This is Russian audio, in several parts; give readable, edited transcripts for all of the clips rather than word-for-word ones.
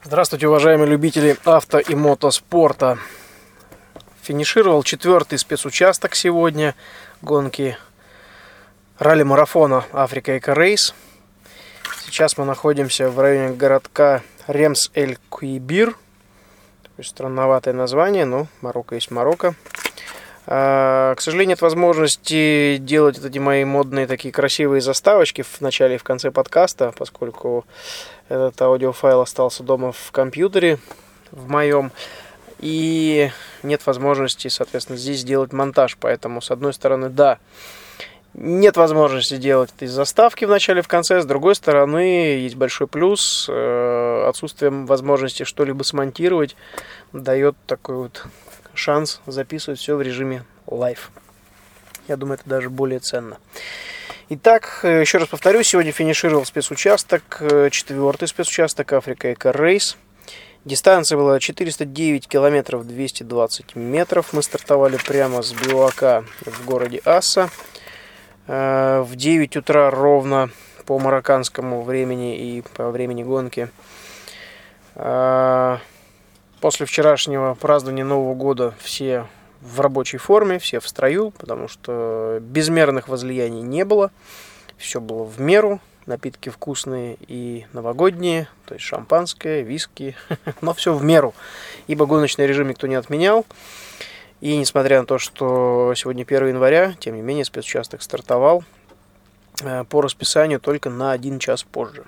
Здравствуйте, уважаемые любители авто и мотоспорта. Финишировал 4-й спецучасток сегодня гонки ралли-марафона Africa Eco Race. Сейчас мы находимся в районе городка Ремс-эль-Куибир. Странноватое название, но Марокко есть Марокко. К сожалению, нет возможности делать эти мои модные такие красивые заставочки в начале и в конце подкаста, поскольку этот аудиофайл остался дома в компьютере в моем. И нет возможности, соответственно, здесь сделать монтаж. Поэтому, с одной стороны, да, нет возможности делать этой заставки в начале и в конце. С другой стороны, есть большой плюс. Отсутствие возможности что-либо смонтировать дает такой вот шанс записывать все в режиме лайв. Я думаю, это даже более ценно. Итак, еще раз повторю, сегодня финишировал спецучасток, 4-й спецучасток Africa Eco Race. Дистанция была 409 километров 220 метров. Мы стартовали прямо с бивака в городе Асса. В 9 утра ровно по марокканскому времени и по времени гонки. После вчерашнего празднования Нового года все в рабочей форме, все в строю, потому что безмерных возлияний не было. Все было в меру. Напитки вкусные и новогодние, то есть шампанское, виски, но все в меру, ибо гоночный режим никто не отменял. И несмотря на то, что сегодня 1 января, тем не менее спецучасток стартовал по расписанию только на 1 час позже.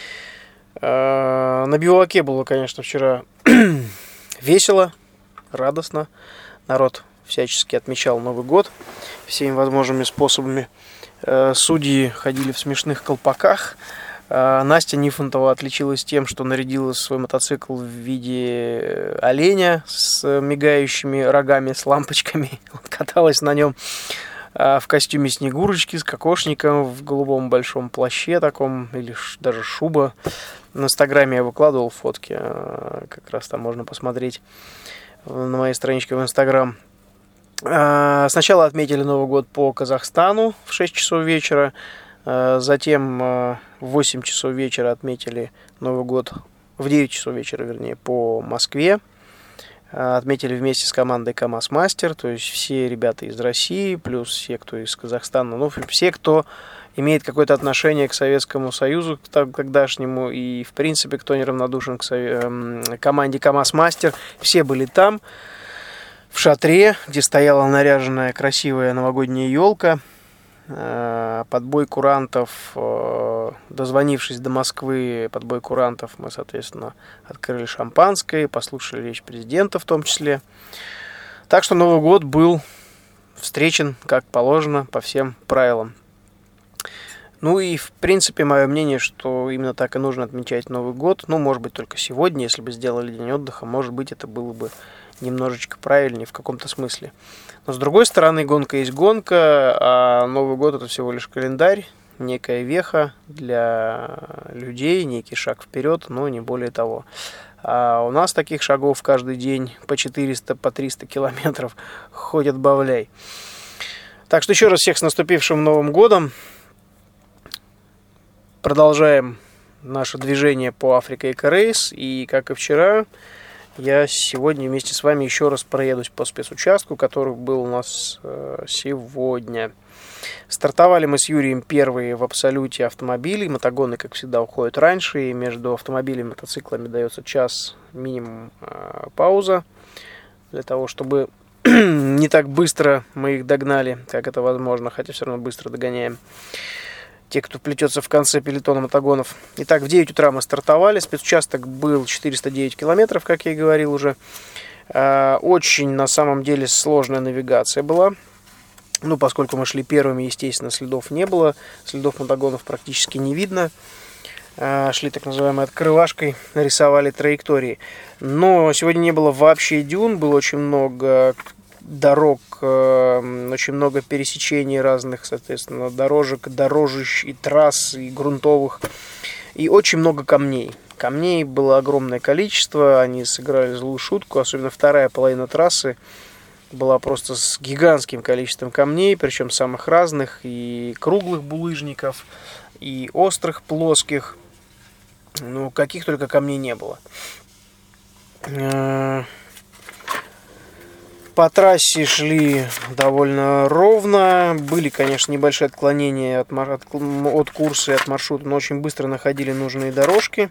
На биваке было, конечно, вчера весело, радостно. Народ всячески отмечал Новый год всеми возможными способами. Судьи ходили в смешных колпаках. Настя Нифонтова отличилась тем, что нарядила свой мотоцикл в виде оленя с мигающими рогами, с лампочками. Каталась на нем в костюме Снегурочки, с кокошником, в голубом большом плаще таком, или даже шуба. В Инстаграме я выкладывал фотки, как раз там можно посмотреть на моей страничке в Инстаграм. Сначала отметили Новый год по Казахстану в 6 часов вечера, затем в 8 часов вечера отметили Новый год, в 9 часов вечера, вернее, по Москве. Отметили вместе с командой КамАЗ Мастер, то есть все ребята из России, плюс все, кто из Казахстана, ну, все, кто имеет какое-то отношение к Советскому Союзу тогдашнему, и, в принципе, кто неравнодушен к команде КамАЗ Мастер, все были там, в шатре, где стояла наряженная красивая новогодняя елка. Подбой курантов, дозвонившись до Москвы, подбой курантов, мы, соответственно, открыли шампанское, послушали речь президента в том числе. Так что Новый год был встречен, как положено, по всем правилам. Ну и, в принципе, мое мнение, что именно так и нужно отмечать Новый год. Ну, может быть, только сегодня, если бы сделали день отдыха, может быть, это было бы немножечко правильнее в каком-то смысле. Но с другой стороны, гонка есть гонка, а Новый год это всего лишь календарь, некая веха для людей, некий шаг вперед, но не более того. А у нас таких шагов каждый день по 400, по 300 километров, хоть отбавляй. Так что еще раз всех с наступившим Новым годом. Продолжаем наше движение по Africa Eco Race, и как и вчера, я сегодня вместе с вами еще раз проедусь по спецучастку, который был у нас сегодня. Стартовали мы с Юрием первые в абсолюте автомобилей. Мотогоны, как всегда, уходят раньше, и между автомобилями и мотоциклами дается час минимум пауза, для того, чтобы не так быстро мы их догнали, как это возможно, хотя все равно быстро догоняем те, кто плетется в конце пелетона мотогонов. Итак, в 9 утра мы стартовали. Спецучасток был 409 километров, как я и говорил уже. Очень, на самом деле, сложная навигация была. Ну, поскольку мы шли первыми, естественно, следов не было. Следов мотогонов практически не видно. Шли так называемой открывашкой, рисовали траектории. Но сегодня не было вообще дюн. Было очень много дорог, очень много пересечений разных, соответственно, дорожек, дорожищ и трасс, и грунтовых, и очень много камней. Камней было огромное количество, они сыграли злую шутку, особенно вторая половина трассы была просто с гигантским количеством камней, причем самых разных, и круглых булыжников, и острых, плоских, ну, каких только камней не было. По трассе шли довольно ровно. Были, конечно, небольшие отклонения от курса и от маршрута, но очень быстро находили нужные дорожки.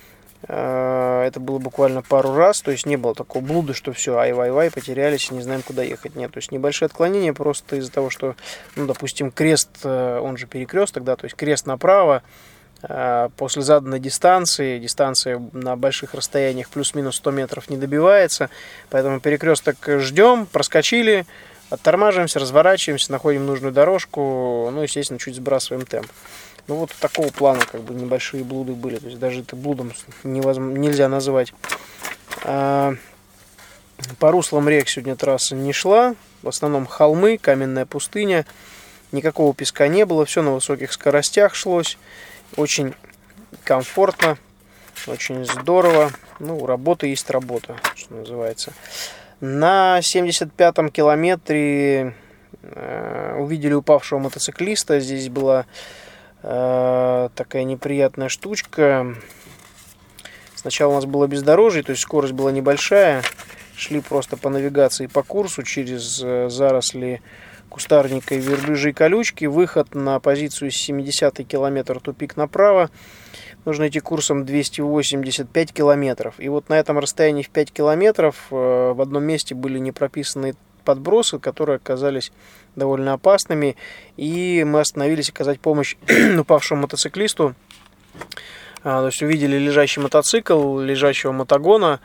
Это было буквально пару раз, то есть не было такого блуда, что все, ай-вай-вай, потерялись, не знаем, куда ехать. Нет, то есть небольшие отклонения просто из-за того, что, ну, допустим, крест, он же перекресток, да, то есть крест направо, после заданной дистанция на больших расстояниях плюс-минус 100 метров не добивается, поэтому перекресток ждем, проскочили, оттормаживаемся, разворачиваемся, находим нужную дорожку, ну, естественно, чуть сбрасываем темп. Ну, вот такого плана, как бы, небольшие блуды были, то есть даже это блудом нельзя назвать. По руслам рек сегодня трасса не шла, в основном холмы, каменная пустыня, никакого песка не было, все на высоких скоростях шлось. Очень комфортно, очень здорово. Ну, работа есть работа, что называется. На 75-м километре увидели упавшего мотоциклиста. Здесь была такая неприятная штучка. Сначала у нас было бездорожье, то есть скорость была небольшая. Шли просто по навигации по курсу через заросли кустарника и верблюжьей колючки. Выход на позицию 70-й километр, тупик направо. Нужно идти курсом 285 километров. И вот на этом расстоянии в 5 километров в одном месте были не прописаны подбросы, которые оказались довольно опасными. И мы остановились оказать помощь упавшему мотоциклисту. То есть увидели лежащий мотоцикл, лежащего мотогона.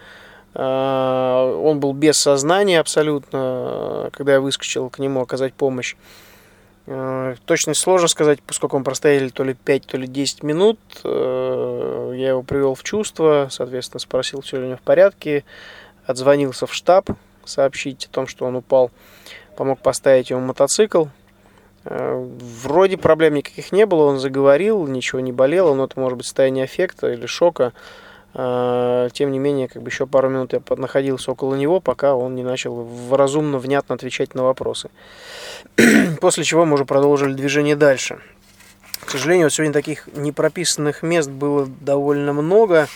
Он был без сознания абсолютно, когда я выскочил к нему оказать помощь. Точно сложно сказать, поскольку мы простояли то ли 5, то ли 10 минут. Я его привел в чувство, соответственно, спросил, все ли у него в порядке. Отзвонился в штаб, сообщить о том, что он упал. Помог поставить ему мотоцикл. Вроде проблем никаких не было, он заговорил, ничего не болело, но это может быть состояние аффекта или шока. Тем не менее, как бы еще пару минут я находился около него, пока он не начал разумно, внятно отвечать на вопросы. После чего мы уже продолжили движение дальше. К сожалению, вот сегодня таких непрописанных мест было довольно много.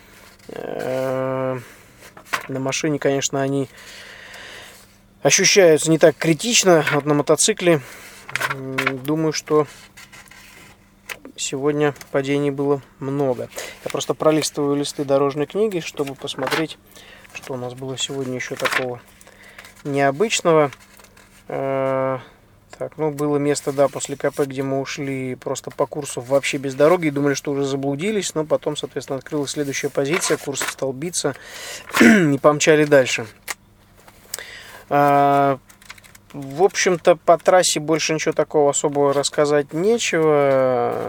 На машине, конечно, они ощущаются не так критично. Вот на мотоцикле, думаю, что сегодня падений было много. Я просто пролистываю листы дорожной книги, чтобы посмотреть, что у нас было сегодня еще такого необычного. Так, ну, было место, да, после КП, где мы ушли просто по курсу вообще без дороги и думали, что уже заблудились, но потом, соответственно, открылась следующая позиция, курс стал биться и помчали дальше. В общем-то, по трассе больше ничего такого особого рассказать нечего.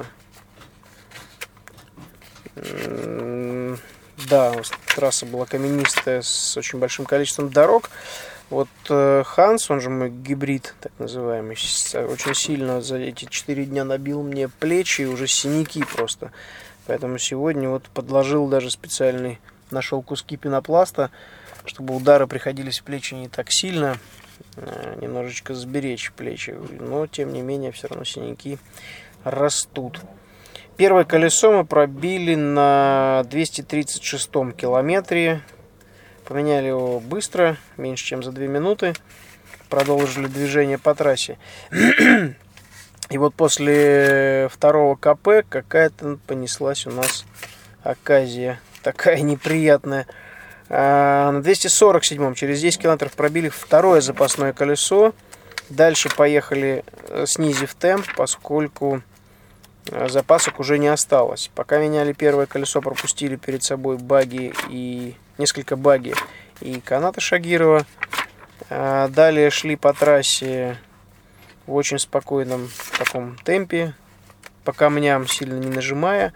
Да, трасса была каменистая с очень большим количеством дорог. Вот Ханс, он же мой гибрид, так называемый, очень сильно за эти 4 дня набил мне плечи, уже синяки просто. Поэтому сегодня вот подложил даже специальный, нашел куски пенопласта, чтобы удары приходились в плечи не так сильно, немножечко сберечь плечи. Но, тем не менее, все равно синяки растут. Первое колесо мы пробили на 236-м километре. Поменяли его быстро, меньше чем за 2 минуты. Продолжили движение по трассе. И вот после второго КП какая-то понеслась у нас оказия. Такая неприятная. На 247-м через 10 километров пробили второе запасное колесо. Дальше поехали, снизив темп, поскольку запасок уже не осталось. Пока меняли первое колесо, пропустили перед собой несколько баги и каната Шагирова. Далее шли по трассе в очень спокойном таком темпе, по камням сильно не нажимая.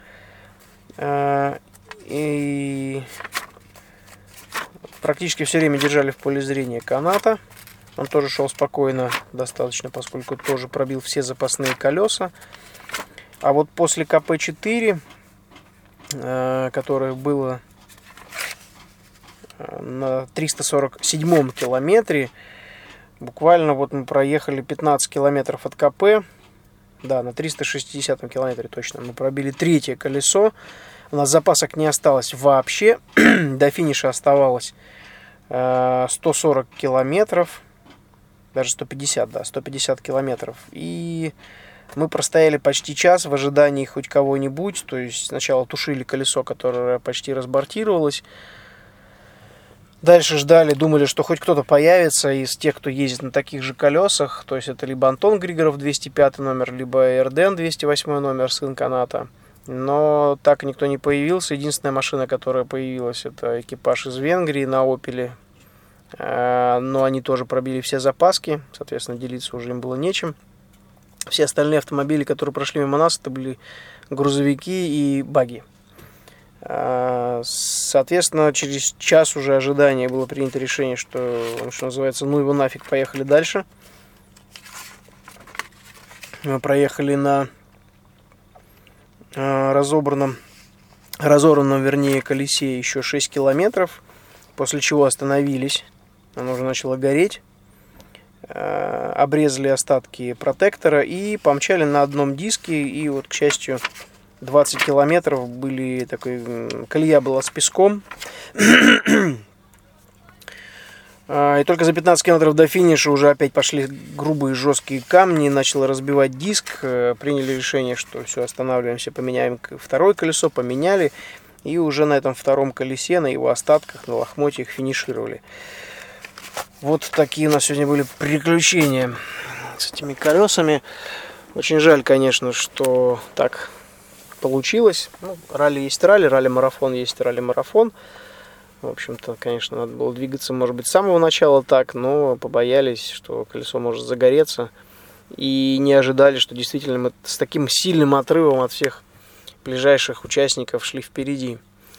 И практически все время держали в поле зрения каната. Он тоже шел спокойно достаточно, поскольку тоже пробил все запасные колеса. А вот после КП-4, которое было на 347-м километре, буквально вот мы проехали 15 километров от КП, Да, на 360 километре точно. Мы пробили третье колесо. У нас запасок не осталось вообще. До финиша оставалось 140 километров. Даже 150, да, 150 километров. И мы простояли почти час в ожидании хоть кого-нибудь. То есть сначала тушили колесо, которое почти разбортировалось. Дальше ждали, думали, что хоть кто-то появится из тех, кто ездит на таких же колесах. То есть это либо Антон Григоров, 205 номер, либо Эрден, 208 номер, сын Каната. Но так никто не появился. Единственная машина, которая появилась, это экипаж из Венгрии на Опеле. Но они тоже пробили все запаски. Соответственно, делиться уже им было нечем. Все остальные автомобили, которые прошли мимо нас, это были грузовики и багги. Соответственно, через час уже ожидания было принято решение, что называется, ну его нафиг, поехали дальше. Мы проехали на разорванном, вернее, колесе еще 6 километров, после чего остановились. Оно уже начало гореть. Обрезали остатки протектора и помчали на одном диске. И вот, к счастью, 20 километров были такой, колея была с песком. И только за 15 километров до финиша уже опять пошли грубые жесткие камни, начало разбивать диск. Приняли решение, что все, останавливаемся, поменяем второе колесо, поменяли. И уже на этом втором колесе, на его остатках, на лохмотьях финишировали. Вот такие у нас сегодня были приключения с этими колесами. Очень жаль, конечно, что так получилось. Ну, ралли есть ралли, ралли-марафон есть ралли-марафон. В общем-то, конечно, надо было двигаться, может быть, с самого начала так, но побоялись, что колесо может загореться. И не ожидали, что действительно мы с таким сильным отрывом от всех ближайших участников шли впереди.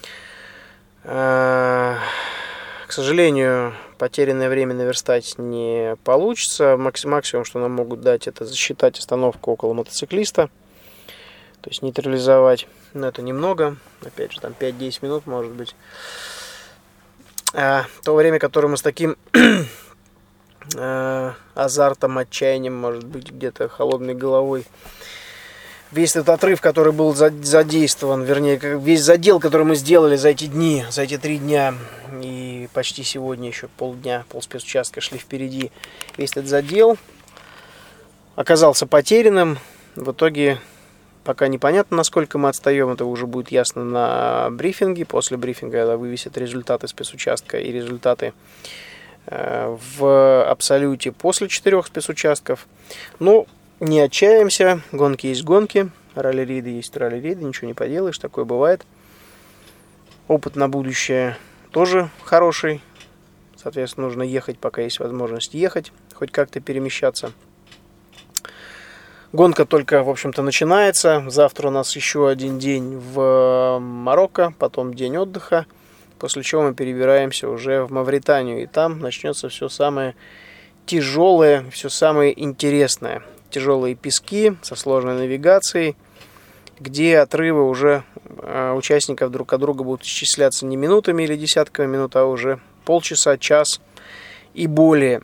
К сожалению, потерянное время наверстать не получится. Максимум, что нам могут дать, это засчитать остановку около мотоциклиста. То есть нейтрализовать. Но это немного. Опять же, там 5-10 минут, может быть. То время, которое мы с таким азартом, отчаянием, может быть, где-то холодной головой. Весь этот отрыв, который был задействован, вернее, весь задел, который мы сделали за эти дни, за эти 3 дня, и почти сегодня еще полдня, полспецучастка шли впереди, весь этот задел оказался потерянным. В итоге пока непонятно, насколько мы отстаем, это уже будет ясно на брифинге. После брифинга вывесят результаты спецучастка и результаты в абсолюте после 4 спецучастков. Но не отчаиваемся, гонки есть гонки, ралли-рейды есть ралли-рейды, ничего не поделаешь, такое бывает. Опыт на будущее тоже хороший, соответственно, нужно ехать, пока есть возможность ехать, хоть как-то перемещаться. Гонка только, в общем-то, начинается. Завтра у нас еще один день в Марокко, потом день отдыха, после чего мы перебираемся уже в Мавританию, и там начнется все самое тяжелое, все самое интересное. Тяжелые пески со сложной навигацией, где отрывы уже участников друг от друга будут исчисляться не минутами или десятками минут, а уже полчаса, час и более.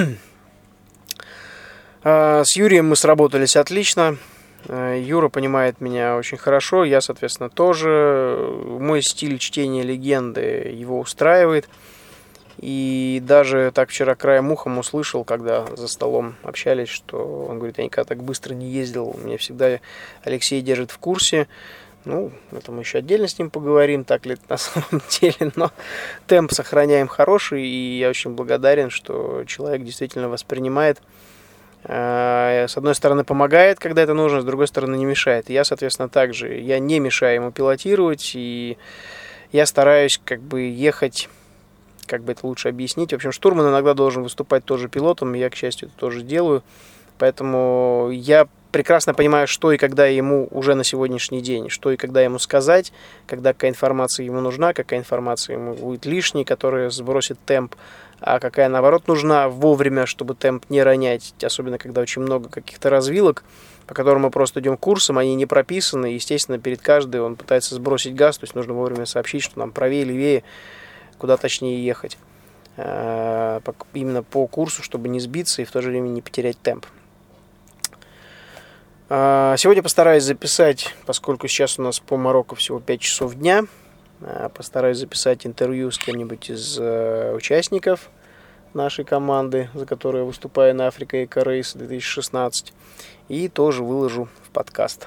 С Юрием мы сработались отлично. Юра понимает меня очень хорошо, я, соответственно, тоже. Мой стиль чтения легенды его устраивает. И даже так вчера краем ухом услышал, когда за столом общались, что он говорит, я никогда так быстро не ездил, меня всегда Алексей держит в курсе. Ну, это мы еще отдельно с ним поговорим, так ли это на самом деле, но темп сохраняем хороший, и я очень благодарен, что человек действительно воспринимает. С одной стороны помогает, когда это нужно, с другой стороны не мешает. Я, соответственно, также, я не мешаю ему пилотировать, и я стараюсь как бы ехать, как бы это лучше объяснить. В общем, штурман иногда должен выступать тоже пилотом, и я, к счастью, это тоже делаю. Поэтому я прекрасно понимаю, что и когда ему уже на сегодняшний день, что и когда ему сказать, когда какая информация ему нужна, какая информация ему будет лишней, которая сбросит темп, а какая, наоборот, нужна вовремя, чтобы темп не ронять, особенно когда очень много каких-то развилок, по которым мы просто идем курсом, они не прописаны, и, естественно, перед каждой он пытается сбросить газ, то есть нужно вовремя сообщить, что нам правее, левее, куда точнее ехать, именно по курсу, чтобы не сбиться и в то же время не потерять темп. Сегодня постараюсь записать, поскольку сейчас у нас по Марокко всего 5 часов дня, постараюсь записать интервью с кем-нибудь из участников нашей команды, за которую я выступаю на Africa Eco Race 2016, и тоже выложу в подкаст.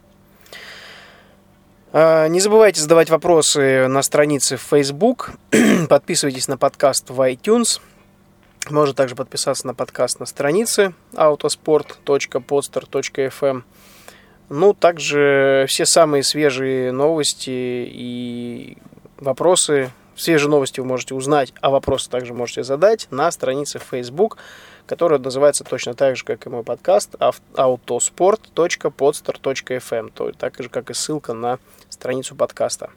Не забывайте задавать вопросы на странице в Facebook, подписывайтесь на подкаст в iTunes, можно также подписаться на подкаст на странице autosport.podster.fm. Также все самые свежие новости и вопросы, свежие новости вы можете узнать, а вопросы также можете задать на странице в Facebook, которая называется точно так же, как и мой подкаст, autosport.podster.fm, так же, как и ссылка на страницу подкаста.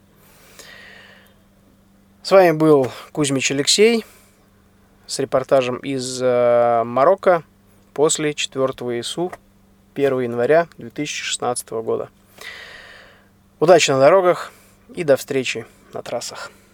С вами был Кузьмич Алексей с репортажем из Марокко после 4 ИСУ 1 января 2016 года. Удачи на дорогах и до встречи на трассах.